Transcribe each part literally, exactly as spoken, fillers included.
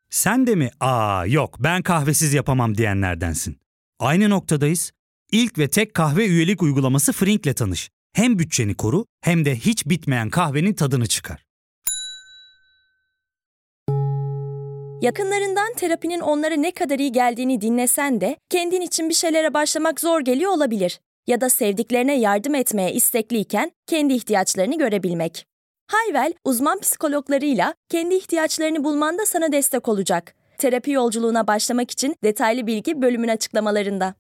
Sen de mi "Aa yok ben kahvesiz yapamam" diyenlerdensin? Aynı noktadayız. İlk ve tek kahve üyelik uygulaması Frink'le tanış. Hem bütçeni koru hem de hiç bitmeyen kahvenin tadını çıkar. Yakınlarından terapinin onlara ne kadar iyi geldiğini dinlesen de kendin için bir şeylere başlamak zor geliyor olabilir. Ya da sevdiklerine yardım etmeye istekliyken kendi ihtiyaçlarını görebilmek. Hayvel, uzman psikologlarıyla kendi ihtiyaçlarını bulmanda sana destek olacak. Terapi yolculuğuna başlamak için detaylı bilgi bölümün açıklamalarında.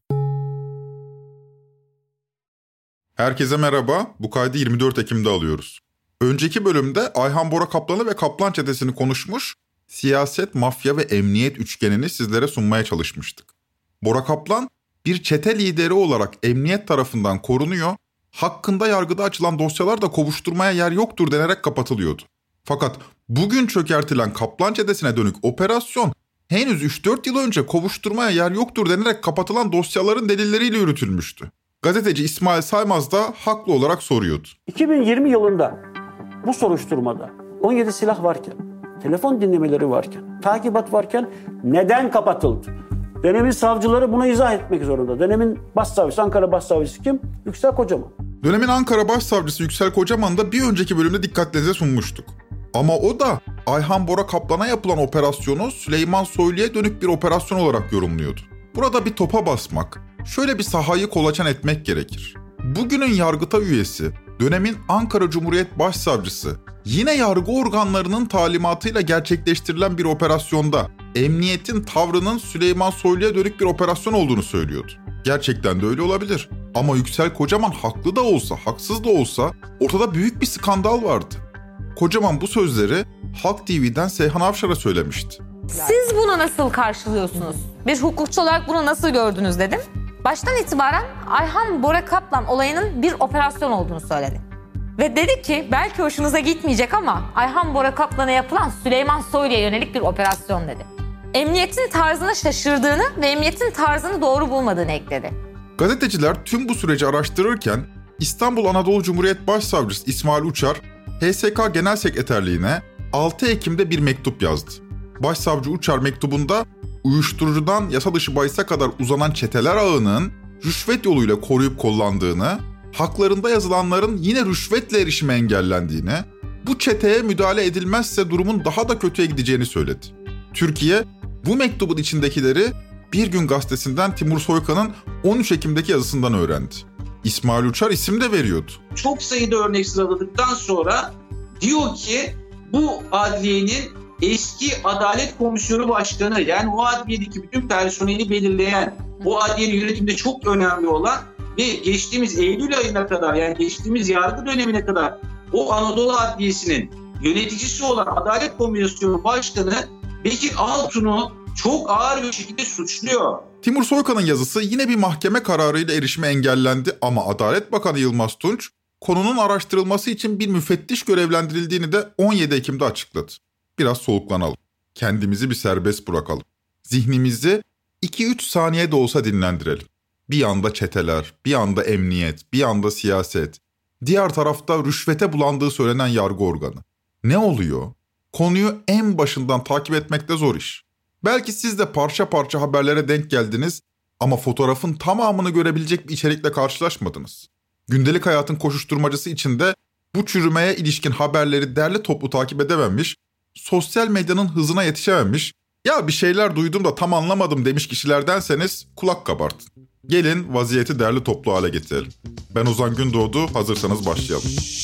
Herkese merhaba, bu kaydı yirmi dört Ekim'de alıyoruz. Önceki bölümde Ayhan Bora Kaplan'ı ve Kaplan çetesini konuşmuş, siyaset, mafya ve emniyet üçgenini sizlere sunmaya çalışmıştık. Bora Kaplan, bir çete lideri olarak emniyet tarafından korunuyor, hakkında yargıda açılan dosyalar da kovuşturmaya yer yoktur denerek kapatılıyordu. Fakat bugün çökertilen Kaplan çetesine dönük operasyon, henüz üç dört yıl önce kovuşturmaya yer yoktur denerek kapatılan dosyaların delilleriyle yürütülmüştü. Gazeteci İsmail Saymaz da haklı olarak soruyordu. iki bin yirmi yılında bu soruşturmada on yedi silah varken, telefon dinlemeleri varken, takibat varken neden kapatıldı? Dönemin savcıları buna izah etmek zorunda. Dönemin başsavcısı, Ankara Başsavcısı kim? Yüksel Kocaman. Dönemin Ankara Başsavcısı Yüksel Kocaman da bir önceki bölümde dikkatlerinize sunmuştuk. Ama o da Ayhan Bora Kaplan'a yapılan operasyonu Süleyman Soylu'ya dönük bir operasyon olarak yorumluyordu. Burada bir topa basmak, şöyle bir sahayı kolaçan etmek gerekir. Bugünün Yargıtay üyesi, dönemin Ankara Cumhuriyet Başsavcısı, yine yargı organlarının talimatıyla gerçekleştirilen bir operasyonda emniyetin tavrının Süleyman Soylu'ya dönük bir operasyon olduğunu söylüyordu. Gerçekten de öyle olabilir. Ama Yüksel Kocaman haklı da olsa, haksız da olsa ortada büyük bir skandal vardı. Kocaman bu sözleri Halk T V'den Seyhan Avşar'a söylemişti. Siz bunu nasıl karşılıyorsunuz? Bir hukukçu olarak bunu nasıl gördünüz dedim. Baştan itibaren Ayhan Bora Kaplan olayının bir operasyon olduğunu söyledi. Ve dedi ki belki hoşunuza gitmeyecek ama Ayhan Bora Kaplan'a yapılan Süleyman Soylu'ya yönelik bir operasyon dedi. Emniyetin tarzını şaşırdığını ve emniyetin tarzını doğru bulmadığını ekledi. Gazeteciler tüm bu süreci araştırırken İstanbul Anadolu Cumhuriyet Başsavcısı İsmail Uçar, H S K Genel Sekreterliğine altı Ekim'de bir mektup yazdı. Başsavcı Uçar mektubunda uyuşturucudan yasa dışı bahise kadar uzanan çeteler ağının rüşvet yoluyla koruyup kollandığını, haklarında yazılanların yine rüşvetle erişime engellendiğini, bu çeteye müdahale edilmezse durumun daha da kötüye gideceğini söyledi. Türkiye, bu mektubun içindekileri Bir Gün Gazetesi'nden Timur Soykan'ın on üç Ekim'deki yazısından öğrendi. İsmail Uçar isim de veriyordu. Çok sayıda örnek sıraladıktan sonra diyor ki bu adliyenin eski Adalet Komisyonu Başkanı, yani o adliyedeki bütün personeli belirleyen, bu adliyenin yönetimde çok önemli olan ve geçtiğimiz Eylül ayına kadar, yani geçtiğimiz yargı dönemine kadar o Anadolu Adliyesi'nin yöneticisi olan Adalet Komisyonu Başkanı Bekir Altun'u çok ağır bir şekilde suçluyor. Timur Soykan'ın yazısı yine bir mahkeme kararıyla erişime engellendi ama Adalet Bakanı Yılmaz Tunç, konunun araştırılması için bir müfettiş görevlendirildiğini de on yedi Ekim'de açıkladı. Biraz soluklanalım. Kendimizi bir serbest bırakalım. Zihnimizi iki üç saniye de olsa dinlendirelim. Bir yanda çeteler, bir yanda emniyet, bir yanda siyaset. Diğer tarafta rüşvete bulandığı söylenen yargı organı. Ne oluyor? Konuyu en başından takip etmek de zor iş. Belki siz de parça parça haberlere denk geldiniz ama fotoğrafın tamamını görebilecek bir içerikle karşılaşmadınız. Gündelik hayatın koşuşturmacası içinde bu çürümeye ilişkin haberleri derli toplu takip edememiş, sosyal medyanın hızına yetişememiş, ya bir şeyler duydum da tam anlamadım demiş kişilerdenseniz kulak kabartın. Gelin vaziyeti derli toplu hale getirelim. Ben Ozan Gündoğdu, hazırsanız başlayalım.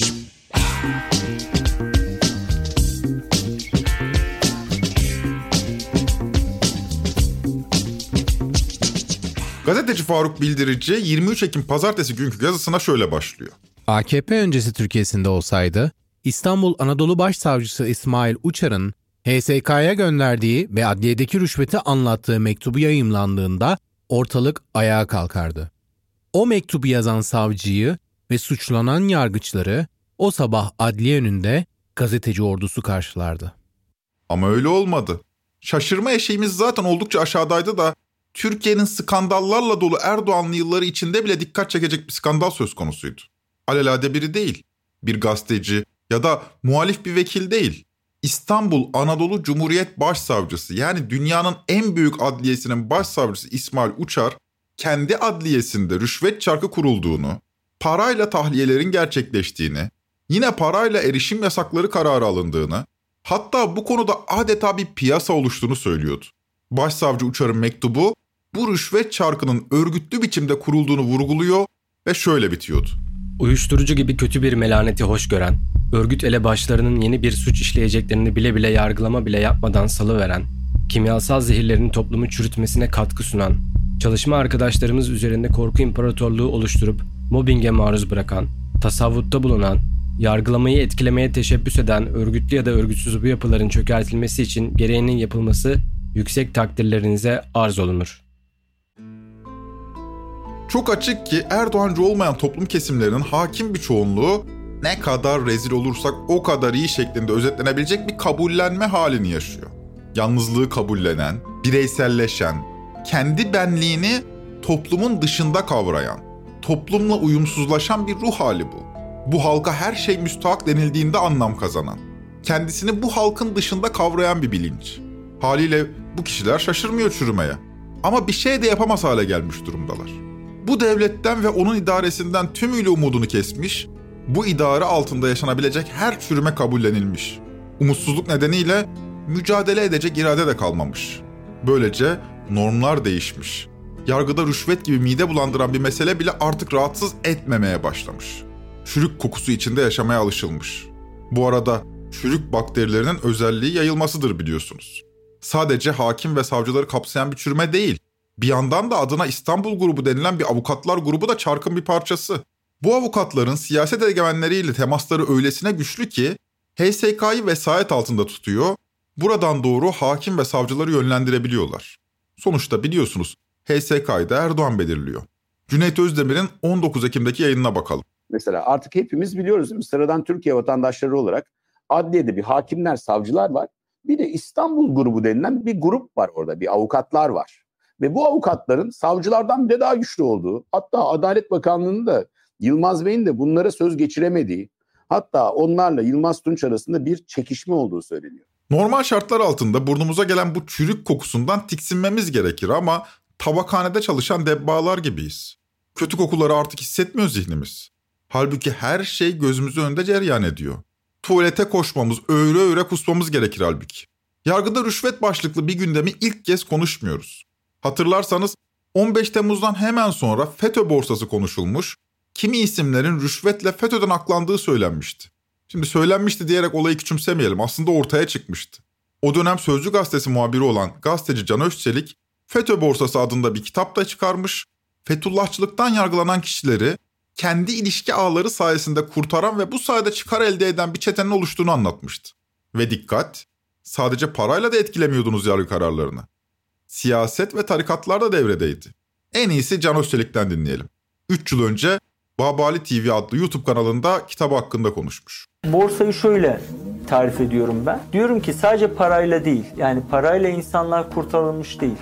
Gazeteci Faruk Bildirici yirmi üç Ekim Pazartesi günkü yazısına şöyle başlıyor. A K P öncesi Türkiye'sinde olsaydı, İstanbul Anadolu Başsavcısı İsmail Uçar'ın H S K'ya gönderdiği ve adliyedeki rüşveti anlattığı mektubu yayımlandığında ortalık ayağa kalkardı. O mektubu yazan savcıyı ve suçlanan yargıçları o sabah adliye önünde gazeteci ordusu karşılardı. Ama öyle olmadı. Şaşırma eşiğimiz zaten oldukça aşağıdaydı da Türkiye'nin skandallarla dolu Erdoğanlı yılları içinde bile dikkat çekecek bir skandal söz konusuydu. Alelade biri değil, bir gazeteci ya da muhalif bir vekil değil. İstanbul Anadolu Cumhuriyet Başsavcısı yani dünyanın en büyük adliyesinin başsavcısı İsmail Uçar kendi adliyesinde rüşvet çarkı kurulduğunu, parayla tahliyelerin gerçekleştiğini, yine parayla erişim yasakları kararı alındığını, hatta bu konuda adeta bir piyasa oluştuğunu söylüyordu. Başsavcı Uçar'ın mektubu bu rüşvet çarkının örgütlü biçimde kurulduğunu vurguluyor ve şöyle bitiyordu. Uyuşturucu gibi kötü bir melaneti hoş gören, örgüt elebaşlarının yeni bir suç işleyeceklerini bile bile yargılama bile yapmadan salıveren, kimyasal zehirlerin toplumu çürütmesine katkı sunan, çalışma arkadaşlarımız üzerinde korku imparatorluğu oluşturup mobbinge maruz bırakan, tasavvutta bulunan, yargılamayı etkilemeye teşebbüs eden örgütlü ya da örgütsüz bu yapıların çökertilmesi için gereğinin yapılması yüksek takdirlerinize arz olunur. Çok açık ki Erdoğancı olmayan toplum kesimlerinin hakim bir çoğunluğu ne kadar rezil olursak o kadar iyi şeklinde özetlenebilecek bir kabullenme halini yaşıyor. Yalnızlığı kabullenen, bireyselleşen, kendi benliğini toplumun dışında kavrayan, toplumla uyumsuzlaşan bir ruh hali bu. Bu halka her şey müstahak denildiğinde anlam kazanan, kendisini bu halkın dışında kavrayan bir bilinç. Haliyle bu kişiler şaşırmıyor çürümeye. Ama bir şey de yapamaz hale gelmiş durumdalar. Bu devletten ve onun idaresinden tümüyle umudunu kesmiş, bu idare altında yaşanabilecek her çürüme kabullenilmiş. Umutsuzluk nedeniyle mücadele edecek irade de kalmamış. Böylece normlar değişmiş. Yargıda rüşvet gibi mide bulandıran bir mesele bile artık rahatsız etmemeye başlamış. Çürük kokusu içinde yaşamaya alışılmış. Bu arada çürük bakterilerinin özelliği yayılmasıdır biliyorsunuz. Sadece hakim ve savcıları kapsayan bir çürüme değil. Bir yandan da adına İstanbul grubu denilen bir avukatlar grubu da çarkın bir parçası. Bu avukatların siyaset egemenleriyle temasları öylesine güçlü ki H S K'yı vesayet altında tutuyor, buradan doğru hakim ve savcıları yönlendirebiliyorlar. Sonuçta biliyorsunuz H S K'yı da Erdoğan belirliyor. Cüneyt Özdemir'in on dokuz Ekim'deki yayınına bakalım. Mesela artık hepimiz biliyoruz değil mi? Sıradan Türkiye vatandaşları olarak adliyede bir hakimler, savcılar var. Bir de İstanbul grubu denilen bir grup var orada, bir avukatlar var. Ve bu avukatların savcılardan bile daha güçlü olduğu, hatta Adalet Bakanlığı'nın da Yılmaz Bey'in de bunlara söz geçiremediği, hatta onlarla Yılmaz Tunç arasında bir çekişme olduğu söyleniyor. Normal şartlar altında burnumuza gelen bu çürük kokusundan tiksinmemiz gerekir ama tabakhanede çalışan debbalar gibiyiz. Kötü kokuları artık hissetmiyor zihnimiz. Halbuki her şey gözümüzün önünde cereyan ediyor. Tuvalete koşmamız, öğre öğre kusmamız gerekir halbuki. Yargıda rüşvet başlıklı bir gündemi ilk kez konuşmuyoruz. Hatırlarsanız on beş Temmuz'dan hemen sonra FETÖ borsası konuşulmuş, kimi isimlerin rüşvetle FETÖ'den aklandığı söylenmişti. Şimdi söylenmişti diyerek olayı küçümsemeyelim, aslında ortaya çıkmıştı. O dönem Sözcü gazetesi muhabiri olan gazeteci Can Özçelik, FETÖ borsası adında bir kitap da çıkarmış, Fethullahçılıktan yargılanan kişileri kendi ilişki ağları sayesinde kurtaran ve bu sayede çıkar elde eden bir çetenin oluştuğunu anlatmıştı. Ve dikkat, sadece parayla da etkilemiyordunuz yargı kararlarını. Siyaset ve tarikatlar da devredeydi. En iyisi Can Özçelik'ten dinleyelim. üç yıl önce Babali T V adlı YouTube kanalında kitabı hakkında konuşmuş. Borsayı şöyle tarif ediyorum ben. Diyorum ki sadece parayla değil, yani parayla insanlar kurtarılmış değil.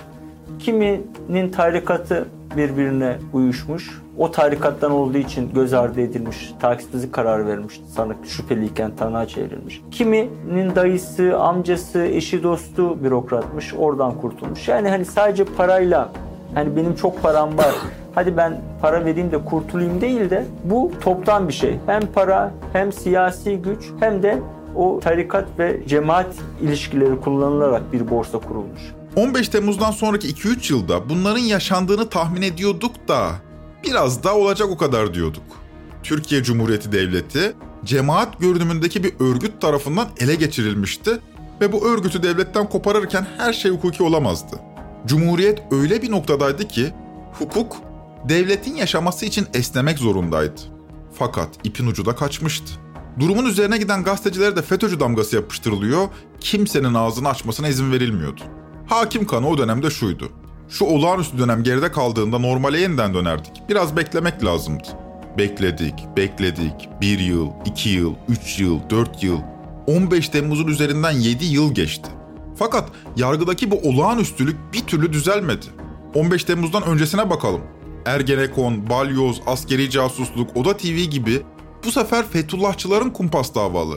Kiminin tarikatı birbirine uyuşmuş, o tarikattan olduğu için göz ardı edilmiş, takipsizlik kararı verilmiş, sanık şüpheliyken tanığa çevrilmiş. Kiminin dayısı, amcası, eşi, dostu bürokratmış, oradan kurtulmuş. Yani hani sadece parayla, hani benim çok param var, hadi ben para vereyim de kurtulayım değil de bu toptan bir şey. Hem para, hem siyasi güç, hem de o tarikat ve cemaat ilişkileri kullanılarak bir borsa kurulmuş. on beş Temmuz'dan sonraki iki üç yılda bunların yaşandığını tahmin ediyorduk da biraz da olacak o kadar diyorduk. Türkiye Cumhuriyeti Devleti cemaat görünümündeki bir örgüt tarafından ele geçirilmişti ve bu örgütü devletten koparırken her şey hukuki olamazdı. Cumhuriyet öyle bir noktadaydı ki hukuk devletin yaşaması için esnemek zorundaydı. Fakat ipin ucu da kaçmıştı. Durumun üzerine giden gazetecilere de FETÖ'cü damgası yapıştırılıyor, kimsenin ağzını açmasına izin verilmiyordu. Hakim kanı o dönemde şuydu: şu olağanüstü dönem geride kaldığında normale yeniden dönerdik. Biraz beklemek lazımdı. Bekledik, bekledik. Bir yıl, iki yıl, üç yıl, dört yıl. on beş Temmuz'un üzerinden yedi yıl geçti. Fakat yargıdaki bu olağanüstülük bir türlü düzelmedi. on beş Temmuz'dan öncesine bakalım. Ergenekon, balyoz, askeri casusluk, Oda T V gibi bu sefer Fethullahçıların kumpas davaları.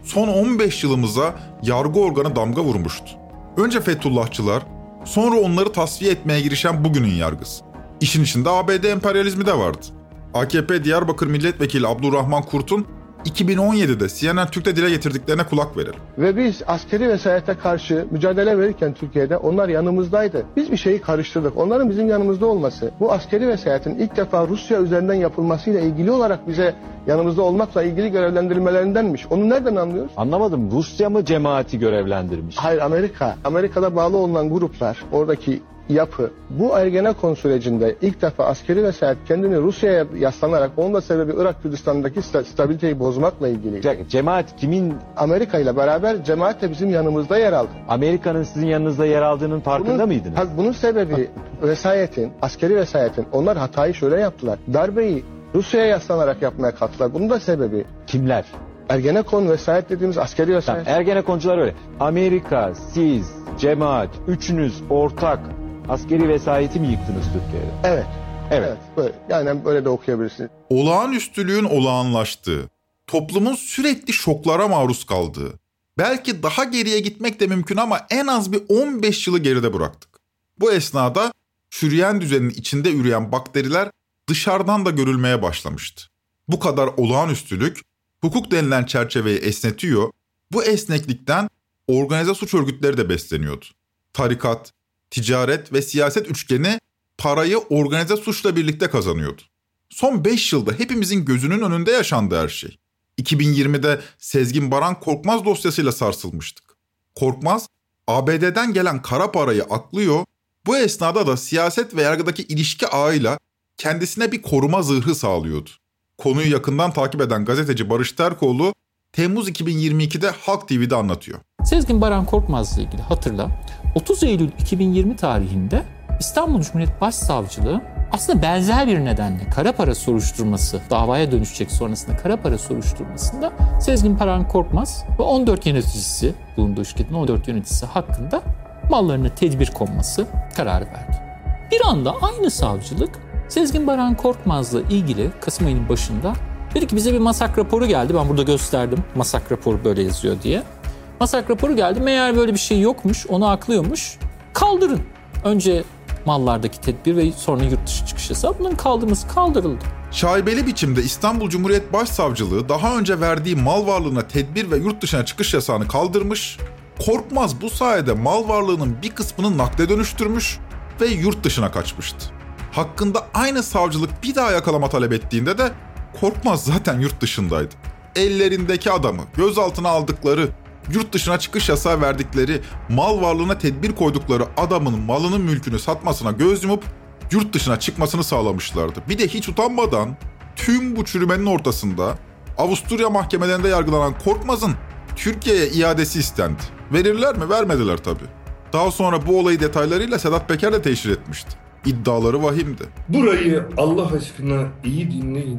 son on beş yılımıza yargı organı damga vurmuştu. Önce Fethullahçılar, sonra onları tasfiye etmeye girişen bugünün yargısı. İşin içinde A B D emperyalizmi de vardı. A K P Diyarbakır Milletvekili Abdurrahman Kurt'un iki bin on yedide C N N Türk'te dile getirdiklerine kulak verelim. Ve biz askeri vesayete karşı mücadele verirken Türkiye'de onlar yanımızdaydı. Biz bir şeyi karıştırdık. Onların bizim yanımızda olması, bu askeri vesayetin ilk defa Rusya üzerinden yapılmasıyla ilgili olarak bize yanımızda olmakla ilgili görevlendirmelerindenmiş. Onu nereden anlıyoruz? Anlamadım. Rusya mı cemaati görevlendirmiş? Hayır, Amerika. Amerika'da bağlı olunan gruplar, oradaki yapı, bu Ergenekon sürecinde ilk defa askeri vesayet kendini Rusya'ya yaslanarak, onun da sebebi Irak Kürdistan'daki stabiliteyi bozmakla ilgili. Cemaat kimin? Amerika ile beraber cemaat de bizim yanımızda yer aldı. Amerika'nın sizin yanınızda yer aldığının farkında bunun, mıydınız? Ha, bunun sebebi vesayetin, askeri vesayetin, onlar hatayı şöyle yaptılar. Darbeyi Rusya'ya yaslanarak yapmaya kalktılar. Bunun da sebebi. Kimler? Ergenekon vesayet dediğimiz askeri vesayet. Tamam, Ergenekoncular öyle. Amerika, siz, cemaat, üçünüz ortak askeri vesayeti mi yıktınız Türkiye'de? Evet. Evet. evet böyle. Yani böyle de okuyabilirsiniz. Olağanüstülüğün olağanlaştığı, toplumun sürekli şoklara maruz kaldığı, belki daha geriye gitmek de mümkün ama en az bir on beş yılı geride bıraktık. Bu esnada çürüyen düzenin içinde üreyen bakteriler dışarıdan da görülmeye başlamıştı. Bu kadar olağanüstülük hukuk denilen çerçeveyi esnetiyor, bu esneklikten organize suç örgütleri de besleniyordu. Tarikat, ticaret ve siyaset üçgeni parayı organize suçla birlikte kazanıyordu. Son beş yılda hepimizin gözünün önünde yaşandı her şey. iki bin yirmide Sezgin Baran Korkmaz dosyasıyla sarsılmıştık. Korkmaz, A B D'den gelen kara parayı aklıyor, bu esnada da siyaset ve yargıdaki ilişki ağıyla kendisine bir koruma zırhı sağlıyordu. Konuyu yakından takip eden gazeteci Barış Terkoğlu, Temmuz iki bin yirmi ikide Halk T V'de anlatıyor. Sezgin Baran Korkmaz'la ilgili hatırla, otuz Eylül iki bin yirmi tarihinde İstanbul Cumhuriyet Başsavcılığı aslında benzer bir nedenle kara para soruşturması, davaya dönüşecek sonrasında kara para soruşturmasında Sezgin Baran Korkmaz ve on dört yöneticisi, bulunduğu şirketin on dört yöneticisi hakkında mallarına tedbir konması kararı verdi. Bir anda aynı savcılık Sezgin Baran Korkmaz'la ilgili Kasım ayının başında dedi ki bize bir masak raporu geldi. Ben burada gösterdim masak raporu böyle yazıyor diye. Masak raporu geldi. Meğer böyle bir şey yokmuş, onu aklıyormuş. Kaldırın. Önce mallardaki tedbir ve sonra yurt dışı çıkış yasağı. Bunların kaldırması kaldırıldı. Şaibeli biçimde İstanbul Cumhuriyet Başsavcılığı daha önce verdiği mal varlığına tedbir ve yurt dışına çıkış yasağını kaldırmış. Korkmaz bu sayede mal varlığının bir kısmını nakde dönüştürmüş ve yurt dışına kaçmıştı. Hakkında aynı savcılık bir daha yakalama talep ettiğinde de Korkmaz zaten yurt dışındaydı. Ellerindeki adamı, gözaltına aldıkları, yurt dışına çıkış yasağı verdikleri, mal varlığına tedbir koydukları adamın malının mülkünü satmasına göz yumup yurt dışına çıkmasını sağlamışlardı. Bir de hiç utanmadan tüm bu çürümenin ortasında Avusturya mahkemelerinde yargılanan Korkmaz'ın Türkiye'ye iadesi istendi. Verirler mi? Vermediler tabii. Daha sonra bu olayı detaylarıyla Sedat Peker de teşhir etmişti. İddiaları vahimdi. Burayı Allah aşkına iyi dinleyin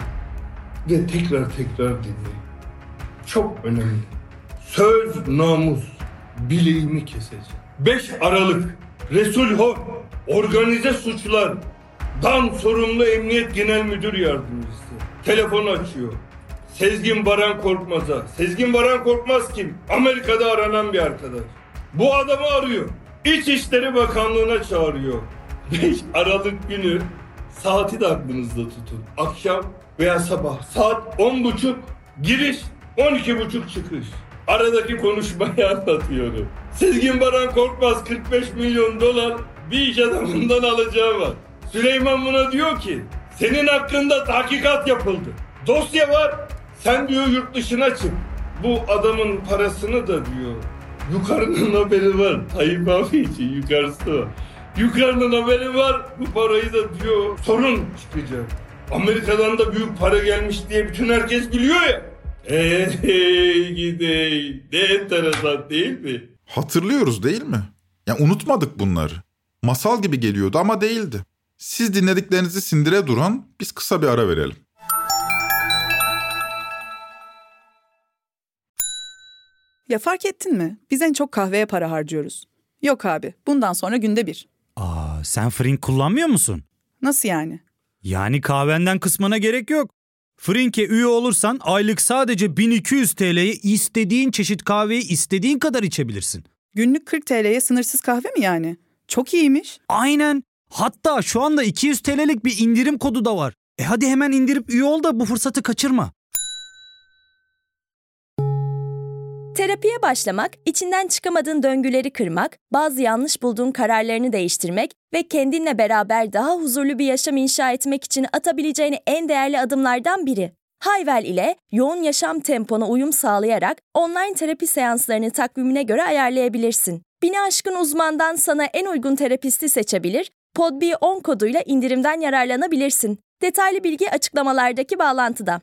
ve tekrar tekrar dinleyin. Çok önemli. Söz, namus, bileğimi keseceğim. beş Aralık, Resulhof, Organize Suçlar, Dan Sorumlu Emniyet Genel Müdür Yardımcısı. Telefon açıyor. Sezgin Baran Korkmaz'a. Sezgin Baran Korkmaz kim? Amerika'da aranan bir arkadaş. Bu adamı arıyor. İçişleri Bakanlığı'na çağırıyor. beş Aralık günü saati de aklınızda tutun. Akşam veya sabah saat on buçuk giriş, on iki buçuk çıkış. Aradaki konuşmayı anlatıyorum. Sezgin Baran Korkmaz kırk beş milyon dolar bir iş adamından alacağı var. Süleyman buna diyor ki senin hakkında tahkikat yapıldı. Dosya var. Sen diyor yurt dışına çık. Bu adamın parasını da diyor. Yukarının haberi var. Tayyip abi için yukarısı var. Yukarının haberi var. Bu parayı da diyor sorun çıkacak. Amerika'dan da büyük para gelmiş diye bütün herkes biliyor ya. Hey gidey. Ne enteresan değil mi? Hatırlıyoruz değil mi? Ya unutmadık bunları. Masal gibi geliyordu ama değildi. Siz dinlediklerinizi sindire durun. Biz kısa bir ara verelim. Ya fark ettin mi? Biz en çok kahveye para harcıyoruz. Yok abi, bundan sonra günde bir. Aa, sen fırın kullanmıyor musun? Nasıl yani? Yani kahvenden kısmına gerek yok. Frink'e üye olursan aylık sadece bin iki yüz T L'ye istediğin çeşit kahveyi istediğin kadar içebilirsin. Günlük kırk T L'ye sınırsız kahve mi yani? Çok iyiymiş. Aynen. Hatta şu anda iki yüz T L'lik bir indirim kodu da var. E hadi hemen indirip üye ol da bu fırsatı kaçırma. Terapiye başlamak, içinden çıkamadığın döngüleri kırmak, bazı yanlış bulduğun kararlarını değiştirmek ve kendinle beraber daha huzurlu bir yaşam inşa etmek için atabileceğin en değerli adımlardan biri. Hayvel ile yoğun yaşam tempona uyum sağlayarak online terapi seanslarını takvimine göre ayarlayabilirsin. Bini aşkın uzmandan sana en uygun terapisti seçebilir, P O D B on koduyla indirimden yararlanabilirsin. Detaylı bilgi açıklamalardaki bağlantıda.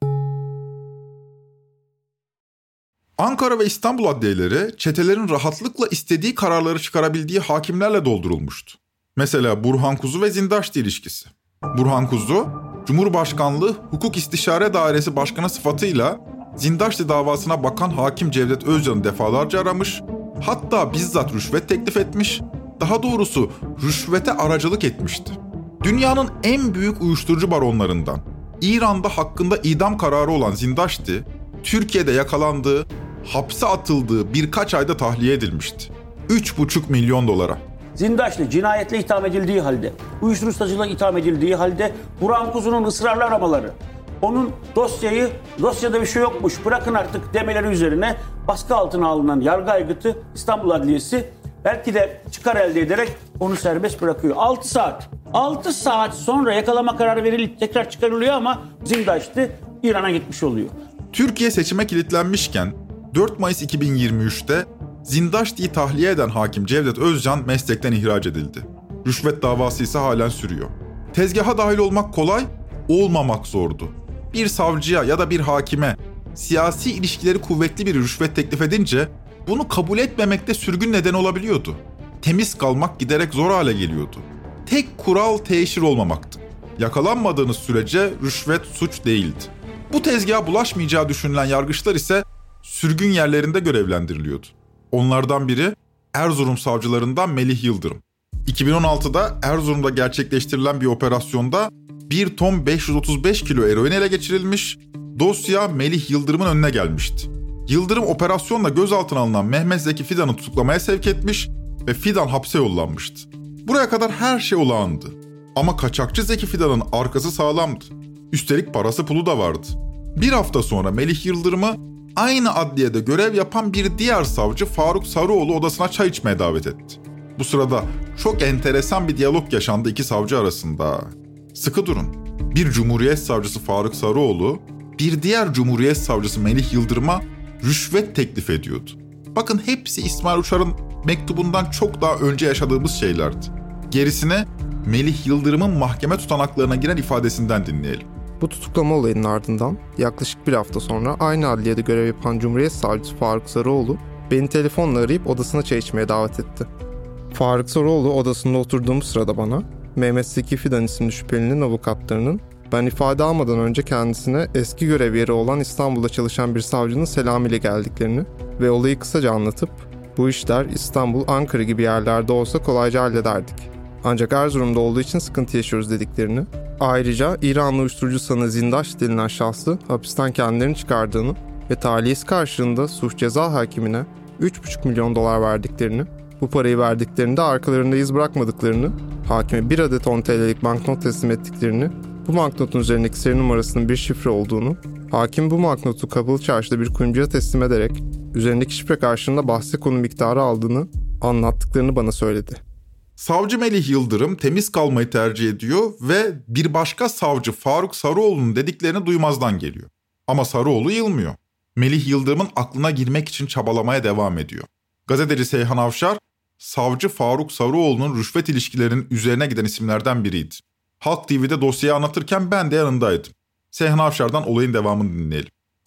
Ankara ve İstanbul adliyeleri çetelerin rahatlıkla istediği kararları çıkarabildiği hakimlerle doldurulmuştu. Mesela Burhan Kuzu ve Zindaşti ilişkisi. Burhan Kuzu, Cumhurbaşkanlığı Hukuk İstişare Dairesi Başkanı sıfatıyla Zindaşti davasına bakan hakim Cevdet Özcan'ı defalarca aramış, hatta bizzat rüşvet teklif etmiş, daha doğrusu rüşvete aracılık etmişti. Dünyanın en büyük uyuşturucu baronlarından, İran'da hakkında idam kararı olan Zindaşti, Türkiye'de yakalandığı, hapse atıldığı birkaç ayda tahliye edilmişti. üç buçuk milyon dolara. Zindaşlı cinayetle itham edildiği halde, uyuşturucu satıcılıkla itham edildiği halde Burhan Kuzu'nun ısrarlı aramaları, onun dosyayı, dosyada bir şey yokmuş bırakın artık demeleri üzerine baskı altına alınan yargı aygıtı İstanbul Adliyesi belki de çıkar elde ederek onu serbest bırakıyor. altı saat. altı saat sonra yakalama kararı verilip tekrar çıkarılıyor ama Zindaşlı İran'a gitmiş oluyor. Türkiye seçime kilitlenmişken dört Mayıs iki bin yirmi üçte Zindaşti'yi tahliye eden hakim Cevdet Özcan meslekten ihraç edildi. Rüşvet davası ise halen sürüyor. Tezgaha dahil olmak kolay, olmamak zordu. Bir savcıya ya da bir hakime siyasi ilişkileri kuvvetli bir rüşvet teklif edince bunu kabul etmemekte sürgün neden olabiliyordu. Temiz kalmak giderek zor hale geliyordu. Tek kural teşhir olmamaktı. Yakalanmadığınız sürece rüşvet suç değildi. Bu tezgaha bulaşmayacağı düşünülen yargıçlar ise sürgün yerlerinde görevlendiriliyordu. Onlardan biri Erzurum savcılarından Melih Yıldırım. iki bin on altıda Erzurum'da gerçekleştirilen bir operasyonda bir ton beş yüz otuz beş kilo eroin ele geçirilmiş, dosya Melih Yıldırım'ın önüne gelmişti. Yıldırım operasyonla gözaltına alınan Mehmet Zeki Fidan'ı tutuklamaya sevk etmiş ve Fidan hapse yollanmıştı. Buraya kadar her şey olağandı. Ama kaçakçı Zeki Fidan'ın arkası sağlamdı. Üstelik parası pulu da vardı. Bir hafta sonra Melih Yıldırım'ı aynı adliyede görev yapan bir diğer savcı Faruk Sarıoğlu odasına çay içmeye davet etti. Bu sırada çok enteresan bir diyalog yaşandı iki savcı arasında. Sıkı durun. Bir Cumhuriyet Savcısı Faruk Sarıoğlu, bir diğer Cumhuriyet Savcısı Melih Yıldırım'a rüşvet teklif ediyordu. Bakın hepsi İsmail Uçar'ın mektubundan çok daha önce yaşadığımız şeylerdi. Gerisini Melih Yıldırım'ın mahkeme tutanaklarına giren ifadesinden dinleyelim. Bu tutuklama olayının ardından yaklaşık bir hafta sonra aynı adliyede görev yapan Cumhuriyet Savcısı Faruk Sarıoğlu beni telefonla arayıp odasına çay içmeye davet etti. Faruk Sarıoğlu odasında oturduğum sırada bana Mehmet Zeki Fidan isimli şüphelinin avukatlarının ben ifade almadan önce kendisine eski görev yeri olan İstanbul'da çalışan bir savcının selamıyla geldiklerini ve olayı kısaca anlatıp bu işler İstanbul, Ankara gibi yerlerde olsa kolayca hallederdik. Ancak Erzurum'da olduğu için sıkıntı yaşıyoruz dediklerini, ayrıca İranlı uyuşturucu sanığı Zindaş denilen şahsı hapisten kendilerini çıkardığını ve tahliyesi karşılığında suç ceza hakimine üç buçuk milyon dolar verdiklerini, bu parayı verdiklerinde arkalarında iz bırakmadıklarını, hakime bir adet on T L'lik banknot teslim ettiklerini, bu banknotun üzerindeki seri numarasının bir şifre olduğunu, hakim bu banknotu kapalı çarşıda bir kuyumcuya teslim ederek üzerindeki şifre karşılığında bahse konu miktarı aldığını anlattıklarını bana söyledi. Savcı Melih Yıldırım temiz kalmayı tercih ediyor ve bir başka savcı Faruk Sarıoğlu'nun dediklerini duymazdan geliyor. Ama Sarıoğlu yılmıyor. Melih Yıldırım'ın aklına girmek için çabalamaya devam ediyor. Gazeteci Seyhan Avşar, savcı Faruk Sarıoğlu'nun rüşvet ilişkilerinin üzerine giden isimlerden biriydi. Halk T V'de dosyayı anlatırken ben de yanındaydım. Seyhan Avşar'dan olayın devamını dinleyelim.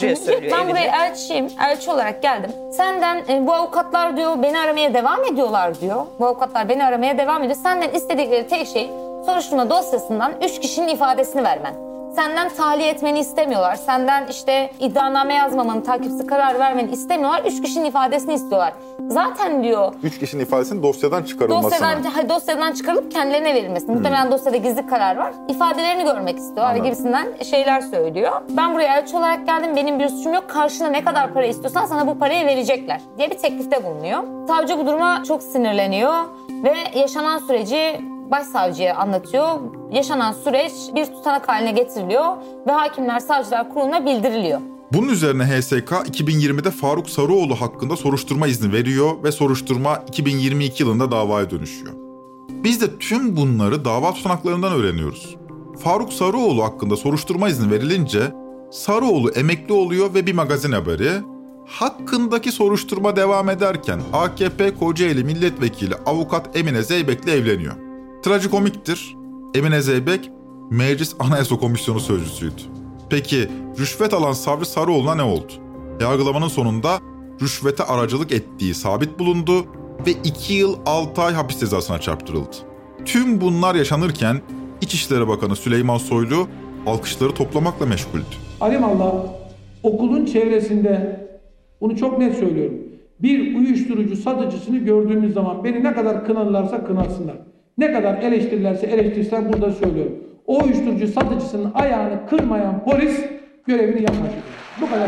Ben buraya elçiyim, elçi olarak geldim. Senden e, bu avukatlar diyor beni aramaya devam ediyorlar diyor. Bu avukatlar beni aramaya devam ediyor. Senden istedikleri tek şey soruşturma dosyasından üç kişinin ifadesini vermen. Senden tahliye etmeni istemiyorlar. Senden işte iddianame yazmamanı, takipsiz karar vermeni istemiyorlar. Üç kişinin ifadesini istiyorlar. Zaten diyor... Üç kişinin ifadesinin dosyadan çıkarılmasına. Dosyadan, dosyadan çıkarılıp kendilerine verilmesi. Hmm. Muhtemelen dosyada gizli karar var. İfadelerini görmek istiyorlar gibisinden şeyler söylüyor. Ben buraya elçi olarak geldim. Benim bir suçum yok. Karşına ne kadar para istiyorsan sana bu parayı verecekler diye bir teklifte bulunuyor. Savcı bu duruma çok sinirleniyor ve yaşanan süreci başsavcıya anlatıyor. Yaşanan süreç bir tutanak haline getiriliyor ve Hakimler Savcılar Kurulu'na bildiriliyor. Bunun üzerine H S K iki bin yirmide Faruk Sarıoğlu hakkında soruşturma izni veriyor ve soruşturma iki bin yirmi iki yılında davaya dönüşüyor. Biz de tüm bunları dava tutanaklarından öğreniyoruz. Faruk Sarıoğlu hakkında soruşturma izni verilince Sarıoğlu emekli oluyor ve bir magazin haberi hakkındaki soruşturma devam ederken A K P Kocaeli Milletvekili Avukat Emine Zeybek'le evleniyor. Trajikomiktir. Emine Zeybek, Meclis Anayasa Komisyonu sözcüsüydü. Peki rüşvet alan savcı Sarıoğlu'na ne oldu? Yargılamanın sonunda rüşvete aracılık ettiği sabit bulundu ve iki yıl altı ay hapis cezasına çarptırıldı. Tüm bunlar yaşanırken İçişleri Bakanı Süleyman Soylu alkışları toplamakla meşguldü. Alimallah okulun çevresinde, bunu çok net söylüyorum, bir uyuşturucu satıcısını gördüğümüz zaman beni ne kadar kınarlarsa kınarsınlar, ne kadar eleştirirlerse eleştirsinler, burada söylüyorum. O uyuşturucu satıcısının ayağını kırmayan polis görevini yapmak. Bu kadar.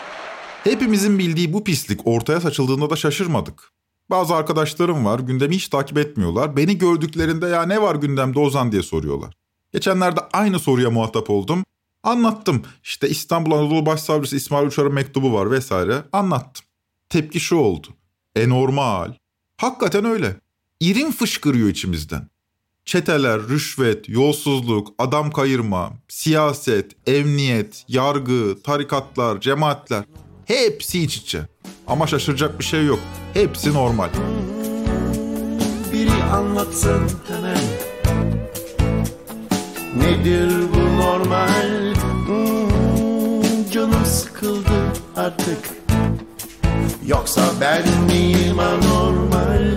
Hepimizin bildiği bu pislik ortaya saçıldığında da şaşırmadık. Bazı arkadaşlarım var, gündemi hiç takip etmiyorlar. Beni gördüklerinde ya ne var gündemde Ozan diye soruyorlar. Geçenlerde aynı soruya muhatap oldum. Anlattım. İşte İstanbul Anadolu Başsavcısı İsmail Uçar'ın mektubu var vesaire. Anlattım. Tepki şu oldu. E normal. Hakikaten öyle. İrin fışkırıyor içimizden. Çeteler, rüşvet, yolsuzluk, adam kayırma, siyaset, emniyet, yargı, tarikatlar, cemaatler hepsi iç içe. Ama şaşıracak bir şey yok. Hepsi normal. Biri anlatsın hemen. Nedir bu normal? Hmm, canım sıkıldı artık. Yoksa ben miyim anormal?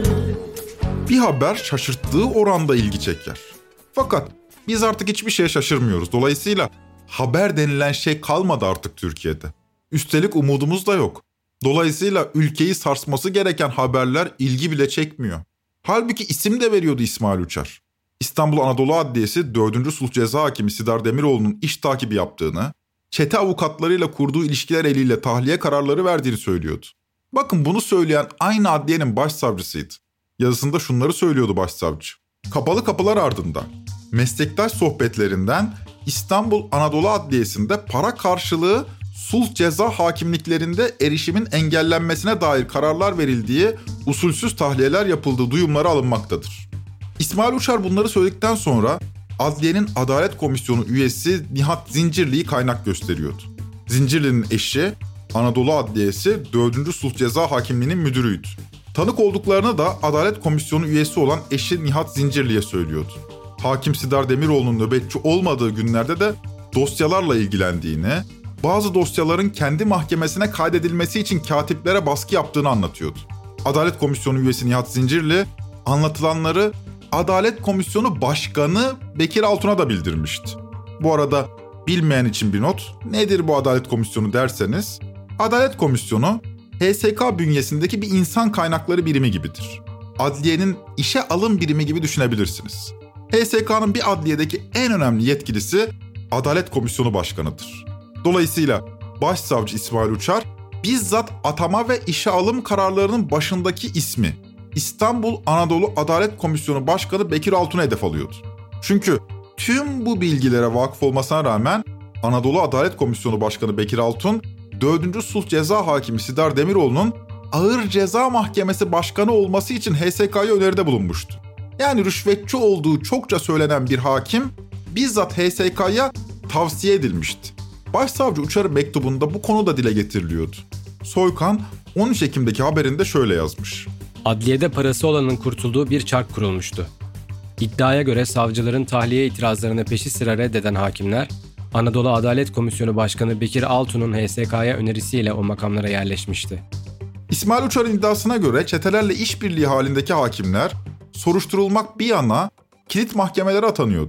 Bir haber şaşırttığı oranda ilgi çeker. Fakat biz artık hiçbir şeye şaşırmıyoruz. Dolayısıyla haber denilen şey kalmadı artık Türkiye'de. Üstelik umudumuz da yok. Dolayısıyla ülkeyi sarsması gereken haberler ilgi bile çekmiyor. Halbuki isim de veriyordu İsmail Uçar. İstanbul Anadolu Adliyesi dördüncü Sulh Ceza Hakimi Sidar Demiroğlu'nun iş takibi yaptığını, çete avukatlarıyla kurduğu ilişkiler eliyle tahliye kararları verdiğini söylüyordu. Bakın bunu söyleyen aynı adliyenin başsavcısıydı. Yazısında şunları söylüyordu başsavcı. Kapalı kapılar ardında meslektaş sohbetlerinden İstanbul Anadolu Adliyesi'nde para karşılığı sulh ceza hakimliklerinde erişimin engellenmesine dair kararlar verildiği, usulsüz tahliyeler yapıldığı duyumları alınmaktadır. İsmail Uçar bunları söyledikten sonra adliyenin Adalet Komisyonu üyesi Nihat Zincirli'yi kaynak gösteriyordu. Zincirli'nin eşi Anadolu Adliyesi dördüncü Sulh Ceza Hakimliği'nin müdürüydü. Tanık olduklarını da Adalet Komisyonu üyesi olan eşi Nihat Zincirli'ye söylüyordu. Hakim Sidar Demiroğlu'nun nöbetçi olmadığı günlerde de dosyalarla ilgilendiğini, bazı dosyaların kendi mahkemesine kaydedilmesi için katiplere baskı yaptığını anlatıyordu. Adalet Komisyonu üyesi Nihat Zincirli anlatılanları Adalet Komisyonu Başkanı Bekir Altun'a da bildirmişti. Bu arada bilmeyen için bir not, nedir bu Adalet Komisyonu derseniz, Adalet Komisyonu H S K bünyesindeki bir insan kaynakları birimi gibidir. Adliyenin işe alım birimi gibi düşünebilirsiniz. H S K'nın bir adliyedeki en önemli yetkilisi Adalet Komisyonu Başkanı'dır. Dolayısıyla Başsavcı İsmail Uçar bizzat atama ve işe alım kararlarının başındaki ismi İstanbul Anadolu Adalet Komisyonu Başkanı Bekir Altun'a hedef alıyordu. Çünkü tüm bu bilgilere vakıf olmasına rağmen Anadolu Adalet Komisyonu Başkanı Bekir Altun, dördüncü Sulh Ceza Hakimi Sidar Demiroğlu'nun Ağır Ceza Mahkemesi Başkanı olması için H S K'ya öneride bulunmuştu. Yani rüşvetçi olduğu çokça söylenen bir hakim bizzat H S K'ya tavsiye edilmişti. Başsavcı Uçar'ın mektubunda bu konu da dile getiriliyordu. Soykan on üç Ekim'deki haberinde şöyle yazmış. Adliyede parası olanın kurtulduğu bir çark kurulmuştu. İddiaya göre savcıların tahliye itirazlarını peşi sıra reddeden hakimler, Anadolu Adalet Komisyonu Başkanı Bekir Altun'un H S K'ya önerisiyle o makamlara yerleşmişti. İsmail Uçar'ın iddiasına göre çetelerle işbirliği halindeki hakimler soruşturulmak bir yana kilit mahkemelere atanıyordu.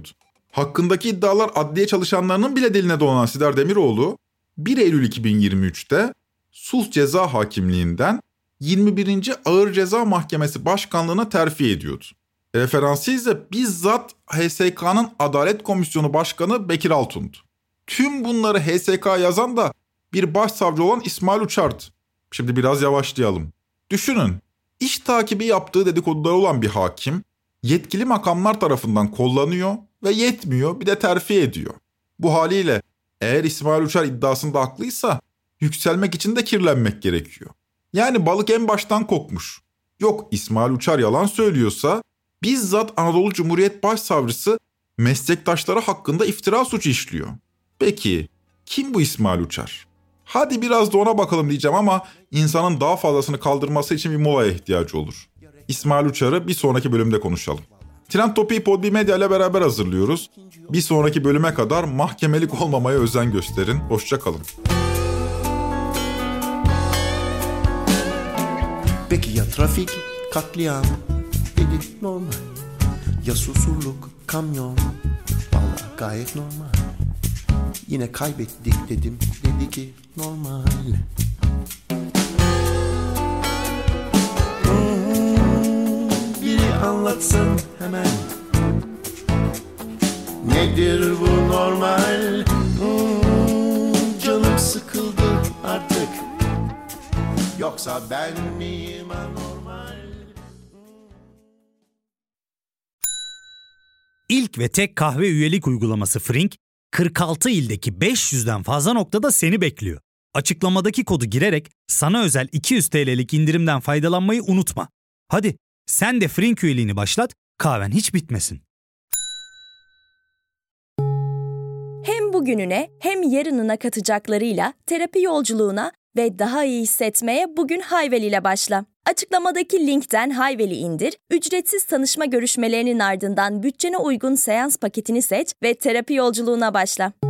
Hakkındaki iddialar adliye çalışanlarının bile diline dolanan Sidar Demiroğlu, bir Eylül iki bin yirmi üçte Sulh Ceza Hakimliğinden yirmi birinci Ağır Ceza Mahkemesi Başkanlığı'na terfi ediyordu. Referansı ise bizzat H S K'nın Adalet Komisyonu Başkanı Bekir Altun'du. Tüm bunları H S K yazan da bir başsavcı olan İsmail Uçar'dı. Şimdi biraz yavaşlayalım. Düşünün, iş takibi yaptığı dedikoduları olan bir hakim, yetkili makamlar tarafından kullanıyor ve yetmiyor, bir de terfi ediyor. Bu haliyle eğer İsmail Uçar iddiasında haklıysa yükselmek için de kirlenmek gerekiyor. Yani balık en baştan kokmuş. Yok İsmail Uçar yalan söylüyorsa bizzat Anadolu Cumhuriyet Başsavcısı meslektaşları hakkında iftira suçu işliyor. Peki kim bu İsmail Uçar? Hadi biraz da ona bakalım diyeceğim ama insanın daha fazlasını kaldırması için bir molaya ihtiyacı olur. İsmail Uçar'ı bir sonraki bölümde konuşalım. Trend Topi'yi Podbi Medya ile beraber hazırlıyoruz. Bir sonraki bölüme kadar mahkemelik olmamaya özen gösterin. Hoşça kalın. Peki ya trafik, katliam, dedik normal. Ya susurluk, kamyon, vallahi gayet normal. Yine kaybettik dedim, dedi ki normal. Hmm, biri anlatsın hemen. Nedir bu normal? Hmm, canım sıkıldı artık. Yoksa ben miyim anormal? İlk ve tek kahve üyelik uygulaması Frink, kırk altı ildeki beş yüzden fazla noktada seni bekliyor. Açıklamadaki kodu girerek sana özel iki yüz TL'lik indirimden faydalanmayı unutma. Hadi sen de Frink üyeliğini başlat, kahven hiç bitmesin. Hem bugününe hem yarınına katacaklarıyla terapi yolculuğuna ve daha iyi hissetmeye bugün Hayvel ile başla. Açıklamadaki linkten Hayvel'i indir, ücretsiz tanışma görüşmelerinin ardından bütçene uygun seans paketini seç ve terapi yolculuğuna başla.